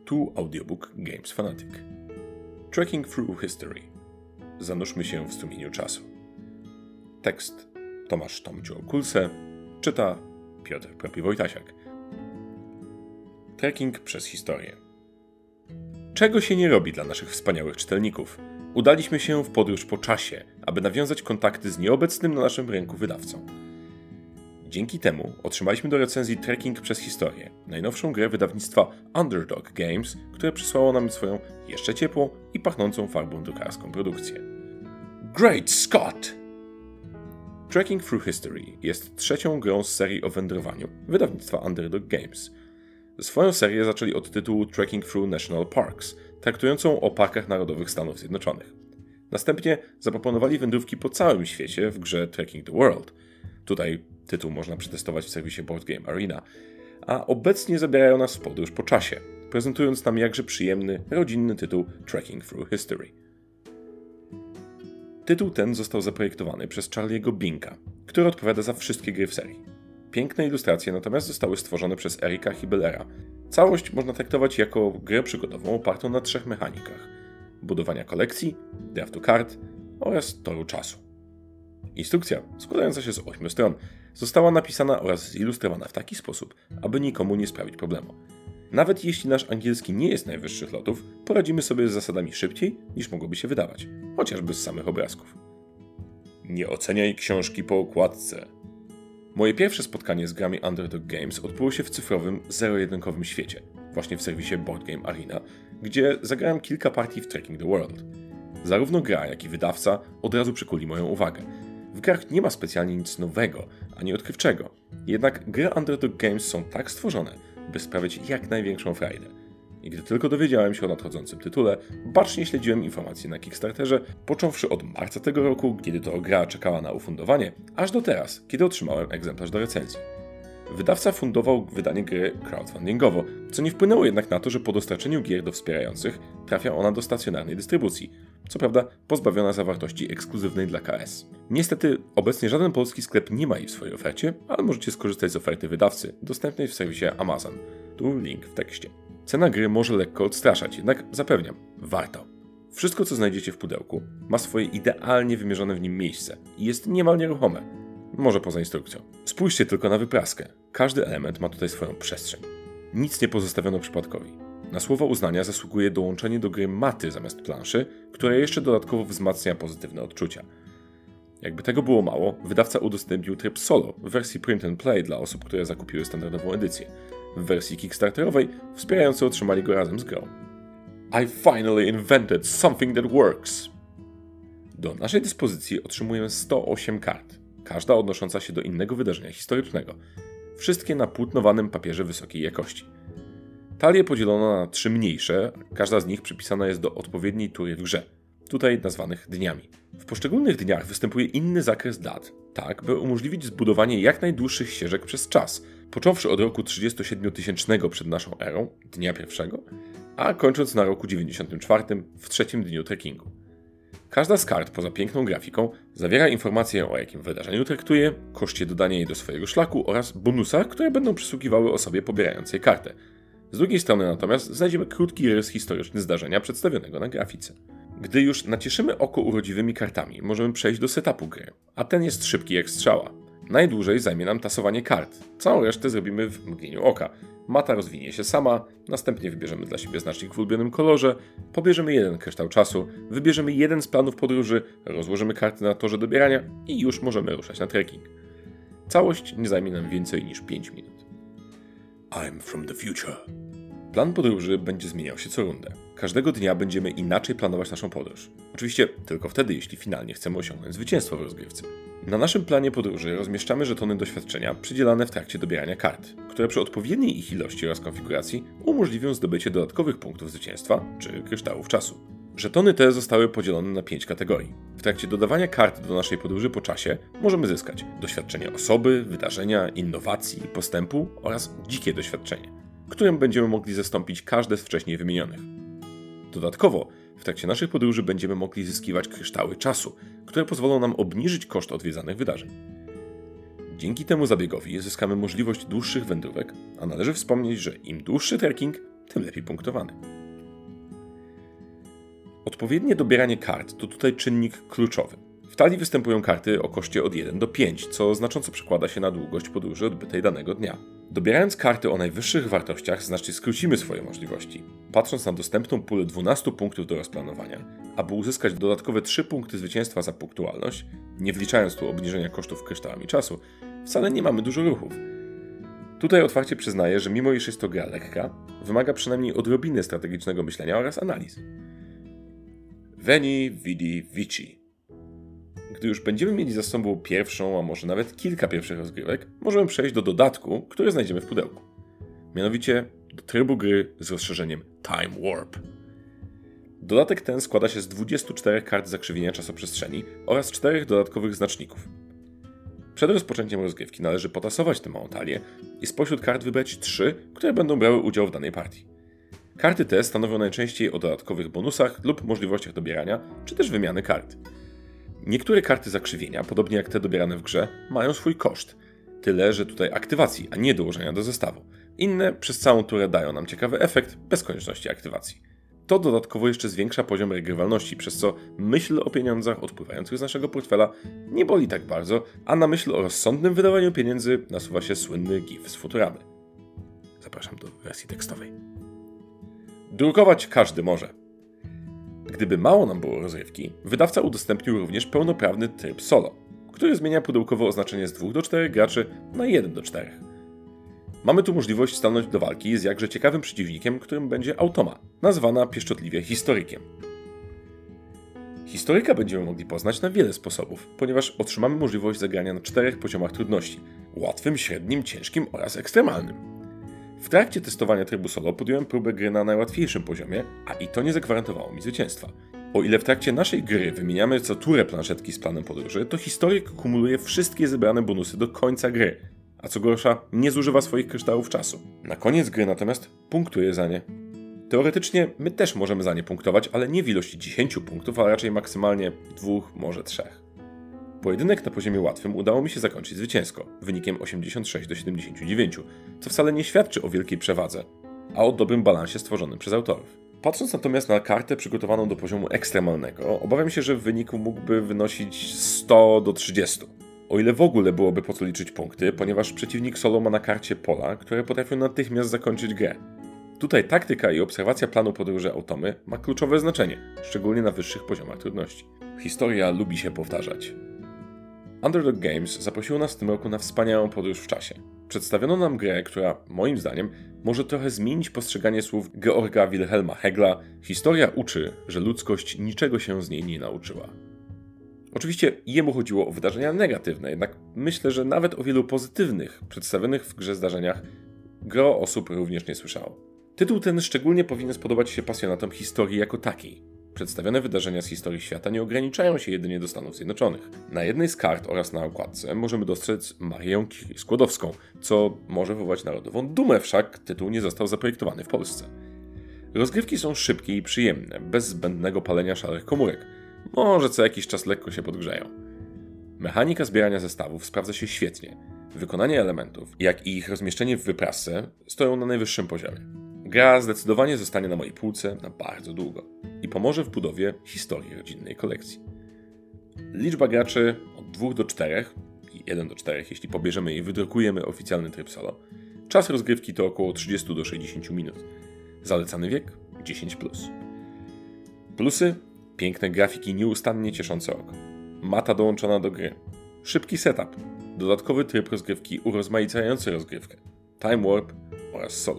Tu audiobook Games Fanatic. Trekking Through History. Zanurzmy się w strumieniu czasu. Tekst Tomasz Tomciu-Kulse. Czyta Piotr Propi-Wojtasiak. Trekking przez historię. Czego się nie robi dla naszych wspaniałych czytelników? Udaliśmy się w podróż po czasie, aby nawiązać kontakty z nieobecnym na naszym rynku wydawcą. Dzięki temu otrzymaliśmy do recenzji Trekking przez historię, najnowszą grę wydawnictwa Underdog Games, które przysłało nam swoją jeszcze ciepłą i pachnącą farbą drukarską produkcję. Great Scott! Trekking Through History jest trzecią grą z serii o wędrowaniu wydawnictwa Underdog Games. Swoją serię zaczęli od tytułu Trekking Through National Parks, traktującą o parkach narodowych Stanów Zjednoczonych. Następnie zaproponowali wędrówki po całym świecie w grze Trekking the World. Tutaj tytuł można przetestować w serwisie Board Game Arena, a obecnie zabierają nas w podróż po czasie, prezentując nam jakże przyjemny, rodzinny tytuł Trekking Through History. Tytuł ten został zaprojektowany przez Charlie'ego Binka, który odpowiada za wszystkie gry w serii. Piękne ilustracje natomiast zostały stworzone przez Erika Hibelera. Całość można traktować jako grę przygodową opartą na 3 mechanikach: budowania kolekcji, draftu kart oraz toru czasu. Instrukcja, składająca się z 8 stron, została napisana oraz zilustrowana w taki sposób, aby nikomu nie sprawić problemu. Nawet jeśli nasz angielski nie jest najwyższych lotów, poradzimy sobie z zasadami szybciej, niż mogłoby się wydawać, chociażby z samych obrazków. Nie oceniaj książki po okładce. Moje pierwsze spotkanie z grami Underdog Games odbyło się w cyfrowym, zero-jedynkowym świecie, właśnie w serwisie Board Game Arena, gdzie zagrałem kilka partii w Trekking the World. Zarówno gra, jak i wydawca od razu przykuli moją uwagę. W grach nie ma specjalnie nic nowego, ani odkrywczego. Jednak gry Underdog Games są tak stworzone, by sprawiać jak największą frajdę. I gdy tylko dowiedziałem się o nadchodzącym tytule, bacznie śledziłem informacje na Kickstarterze, począwszy od marca tego roku, kiedy to gra czekała na ufundowanie, aż do teraz, kiedy otrzymałem egzemplarz do recenzji. Wydawca fundował wydanie gry crowdfundingowo, co nie wpłynęło jednak na to, że po dostarczeniu gier do wspierających trafia ona do stacjonarnej dystrybucji, co prawda pozbawiona zawartości ekskluzywnej dla KS. Niestety obecnie żaden polski sklep nie ma jej w swojej ofercie, ale możecie skorzystać z oferty wydawcy, dostępnej w serwisie Amazon. Tu link w tekście. Cena gry może lekko odstraszać, jednak zapewniam, warto. Wszystko, co znajdziecie w pudełku, ma swoje idealnie wymierzone w nim miejsce i jest niemal nieruchome. Może poza instrukcją. Spójrzcie tylko na wypraskę. Każdy element ma tutaj swoją przestrzeń. Nic nie pozostawiono przypadkowi. Na słowa uznania zasługuje dołączenie do gry maty zamiast planszy, która jeszcze dodatkowo wzmacnia pozytywne odczucia. Jakby tego było mało, wydawca udostępnił tryb solo w wersji print and play dla osób, które zakupiły standardową edycję. W wersji kickstarterowej wspierający otrzymali go razem z grą. I finally invented something that works! Do naszej dyspozycji otrzymujemy 108 kart, każda odnosząca się do innego wydarzenia historycznego. Wszystkie na płótnowanym papierze wysokiej jakości. Talie podzielono na 3 mniejsze, każda z nich przypisana jest do odpowiedniej tury w grze, tutaj nazwanych dniami. W poszczególnych dniach występuje inny zakres dat, tak by umożliwić zbudowanie jak najdłuższych ścieżek przez czas, począwszy od roku 37 000 przed naszą erą, dnia pierwszego, a kończąc na roku 94 w 3. dniu trekkingu. Każda z kart, poza piękną grafiką, zawiera informację o jakim wydarzeniu traktuje, koszcie dodania jej do swojego szlaku oraz bonusach, które będą przysługiwały osobie pobierającej kartę. Z drugiej strony natomiast znajdziemy krótki rys historyczny zdarzenia przedstawionego na grafice. Gdy już nacieszymy oko urodziwymi kartami, możemy przejść do setupu gry, a ten jest szybki jak strzała. Najdłużej zajmie nam tasowanie kart. Całą resztę zrobimy w mgnieniu oka. Mata rozwinie się sama, następnie wybierzemy dla siebie znacznik w ulubionym kolorze, pobierzemy jeden kryształ czasu, wybierzemy jeden z planów podróży, rozłożymy karty na torze dobierania i już możemy ruszać na trekking. Całość nie zajmie nam więcej niż 5 minut. I'm from the future. Plan podróży będzie zmieniał się co rundę. Każdego dnia będziemy inaczej planować naszą podróż. Oczywiście tylko wtedy, jeśli finalnie chcemy osiągnąć zwycięstwo w rozgrywce. Na naszym planie podróży rozmieszczamy żetony doświadczenia przydzielane w trakcie dobierania kart, które przy odpowiedniej ich ilości oraz konfiguracji umożliwią zdobycie dodatkowych punktów zwycięstwa czy kryształów czasu. Żetony te zostały podzielone na 5 kategorii. W trakcie dodawania kart do naszej podróży po czasie możemy zyskać doświadczenie osoby, wydarzenia, innowacji, postępu oraz dzikie doświadczenie, którym będziemy mogli zastąpić każde z wcześniej wymienionych. Dodatkowo w trakcie naszych podróży będziemy mogli zyskiwać kryształy czasu, które pozwolą nam obniżyć koszt odwiedzanych wydarzeń. Dzięki temu zabiegowi zyskamy możliwość dłuższych wędrówek, a należy wspomnieć, że im dłuższy trekking, tym lepiej punktowany. Odpowiednie dobieranie kart to tutaj czynnik kluczowy. W talii występują karty o koszcie od 1 do 5, co znacząco przekłada się na długość podróży odbytej danego dnia. Dobierając karty o najwyższych wartościach znacznie skrócimy swoje możliwości. Patrząc na dostępną pulę 12 punktów do rozplanowania, aby uzyskać dodatkowe 3 punkty zwycięstwa za punktualność, nie wliczając tu obniżenia kosztów kryształami czasu, wcale nie mamy dużo ruchów. Tutaj otwarcie przyznaję, że mimo iż jest to gra lekka, wymaga przynajmniej odrobiny strategicznego myślenia oraz analiz. Veni, Vidi, Vici. Gdy już będziemy mieli za sobą pierwszą, a może nawet kilka pierwszych rozgrywek, możemy przejść do dodatku, który znajdziemy w pudełku. Mianowicie do trybu gry z rozszerzeniem Time Warp. Dodatek ten składa się z 24 kart zakrzywienia czasoprzestrzeni oraz 4 dodatkowych znaczników. Przed rozpoczęciem rozgrywki należy potasować tę małą talię i spośród kart wybrać 3, które będą brały udział w danej partii. Karty te stanowią najczęściej o dodatkowych bonusach lub możliwościach dobierania, czy też wymiany kart. Niektóre karty zakrzywienia, podobnie jak te dobierane w grze, mają swój koszt. Tyle, że tutaj aktywacji, a nie dołożenia do zestawu. Inne przez całą turę dają nam ciekawy efekt bez konieczności aktywacji. To dodatkowo jeszcze zwiększa poziom regrywalności, przez co myśl o pieniądzach odpływających z naszego portfela nie boli tak bardzo, a na myśl o rozsądnym wydawaniu pieniędzy nasuwa się słynny gif z Futuramy. Zapraszam do wersji tekstowej. Drukować każdy może. Gdyby mało nam było rozrywki, wydawca udostępnił również pełnoprawny tryb solo, który zmienia pudełkowe oznaczenie z 2 do 4 graczy na 1 do 4. Mamy tu możliwość stanąć do walki z jakże ciekawym przeciwnikiem, którym będzie Automa, nazwana pieszczotliwie historykiem. Historyka będziemy mogli poznać na wiele sposobów, ponieważ otrzymamy możliwość zagrania na 4 poziomach trudności: łatwym, średnim, ciężkim oraz ekstremalnym. W trakcie testowania trybu solo podjąłem próbę gry na najłatwiejszym poziomie, a i to nie zagwarantowało mi zwycięstwa. O ile w trakcie naszej gry wymieniamy co turę planszetki z planem podróży, to historyk kumuluje wszystkie zebrane bonusy do końca gry, a co gorsza, nie zużywa swoich kryształów czasu. Na koniec gry natomiast punktuje za nie. Teoretycznie my też możemy za nie punktować, ale nie w ilości 10 punktów, a raczej maksymalnie 2, może 3. Pojedynek na poziomie łatwym udało mi się zakończyć zwycięsko, wynikiem 86 do 79, co wcale nie świadczy o wielkiej przewadze, a o dobrym balansie stworzonym przez autorów. Patrząc natomiast na kartę przygotowaną do poziomu ekstremalnego, obawiam się, że wynik mógłby wynosić 100 do 30. O ile w ogóle byłoby po co liczyć punkty, ponieważ przeciwnik solo ma na karcie pola, które potrafią natychmiast zakończyć grę. Tutaj taktyka i obserwacja planu podróży Automy ma kluczowe znaczenie, szczególnie na wyższych poziomach trudności. Historia lubi się powtarzać. Underdog Games zaprosiło nas w tym roku na wspaniałą podróż w czasie. Przedstawiono nam grę, która, moim zdaniem, może trochę zmienić postrzeganie słów Georga Wilhelma Hegla: historia uczy, że ludzkość niczego się z niej nie nauczyła. Oczywiście jemu chodziło o wydarzenia negatywne, jednak myślę, że nawet o wielu pozytywnych, przedstawionych w grze zdarzeniach, gro osób również nie słyszało. Tytuł ten szczególnie powinien spodobać się pasjonatom historii jako takiej. Przedstawione wydarzenia z historii świata nie ograniczają się jedynie do Stanów Zjednoczonych. Na jednej z kart oraz na okładce możemy dostrzec Marię Curie-Skłodowską, co może wywołać narodową dumę, wszak tytuł nie został zaprojektowany w Polsce. Rozgrywki są szybkie i przyjemne, bez zbędnego palenia szarych komórek. Może co jakiś czas lekko się podgrzeją. Mechanika zbierania zestawów sprawdza się świetnie. Wykonanie elementów, jak i ich rozmieszczenie w wyprasce stoją na najwyższym poziomie. Gra zdecydowanie zostanie na mojej półce na bardzo długo i pomoże w budowie historii rodzinnej kolekcji. Liczba graczy od 2 do 4 i 1 do 4, jeśli pobierzemy i wydrukujemy oficjalny tryb solo. Czas rozgrywki to około 30 do 60 minut. Zalecany wiek 10+. Plusy: piękne grafiki nieustannie cieszące oko. Mata dołączona do gry. Szybki setup. Dodatkowy tryb rozgrywki urozmaicający rozgrywkę. Time Warp oraz solo.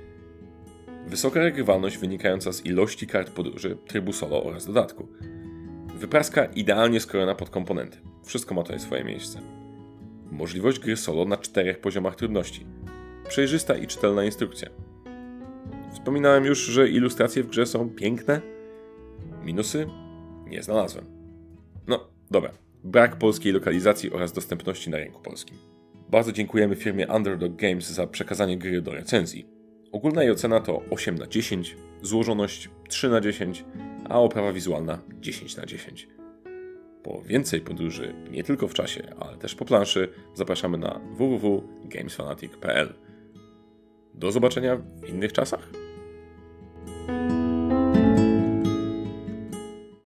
Wysoka regrywalność wynikająca z ilości kart podróży, trybu solo oraz dodatku. Wypraska idealnie skrojona pod komponenty. Wszystko ma tutaj swoje miejsce. Możliwość gry solo na 4 poziomach trudności. Przejrzysta i czytelna instrukcja. Wspominałem już, że ilustracje w grze są piękne. Minusy? Nie znalazłem. No, dobra. Brak polskiej lokalizacji oraz dostępności na rynku polskim. Bardzo dziękujemy firmie Underdog Games za przekazanie gry do recenzji. Ogólna jej ocena to 8/10, złożoność 3/10, a oprawa wizualna 10/10. Po więcej podróży nie tylko w czasie, ale też po planszy zapraszamy na www.gamesfanatic.pl. Do zobaczenia w innych czasach.